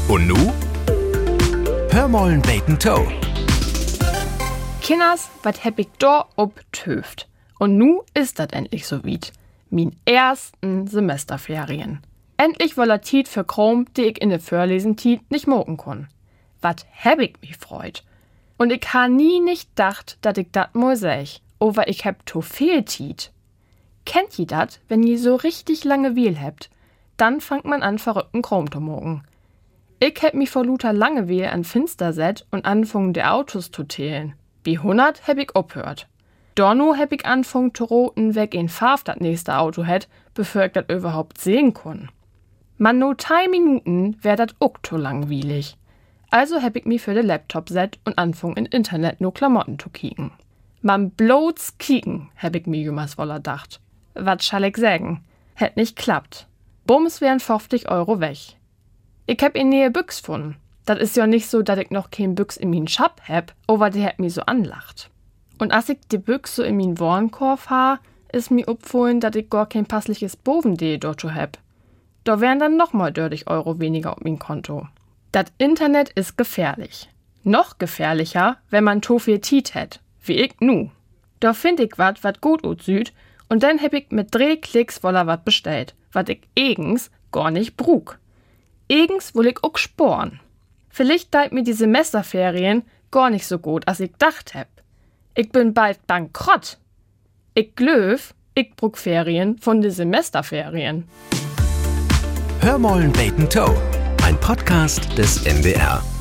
Und nu? Hörmollen Bacon Toe. Kinders, wat heb ich da obtöft. Und nu ist dat endlich so weit. Min ersten Semesterferien. Endlich woller Tiet für Krom, die ich in de Vorlesen-Tiet nicht mogen kon. Wat heb ich mich freut. Und ich ha nie nicht dacht, dat ich dat mal sech. Over ich heb to viel Tiet. Kennt je dat, wenn je so richtig lange Wiel hebt? Dann fangt man an, verrückten Krom zu mogen. Ich heb mich vor Luter Langewehe an Finster set und anfangen, de Autos zu zählen. Wie 100 heb ich ophört. Donno heb ich anfangen zu roten, weg in Farf dat nächste Auto het, bevor ich dat überhaupt sehen kon. Man no 3 Minuten wär dat ook to langweilig. Also heb ich mich für de Laptop set und anfangen in Internet no Klamotten zu kicken. Man bloß kicken, heb ich mir jemals woller dacht. Wat schall ich sagen? Hätt nicht klappt. Bums wären 50 € weg. Ich heb in Nähe Büchs gefunden. Dat is ja nicht so, dat ich noch kein Büchs in min Schab heb, over der hat mi so anlacht. Und als ich die Büchs so in min Warenkorb ha, is mi opfohlen, dat ich gar kein passliches Bovendee dort heb. Da wären dann nochmal 30 € weniger auf min Konto. Dat Internet is gefährlich. Noch gefährlicher, wenn man to viel Tiet hätt, wie ich nu. Da find ich wat gut ut süd, und dann heb ich mit 3 Klicks woller wat bestellt, wat ich eigens gar nicht brug. Eigens will ich ook sporen. Vielleicht deit mir die Semesterferien gar nicht so gut, als ich dacht heb. Ich bin bald bankrott. Ich glöw, ich brug Ferien von de Semesterferien. Hörmollen Bacon Toe, ein Podcast des NDR.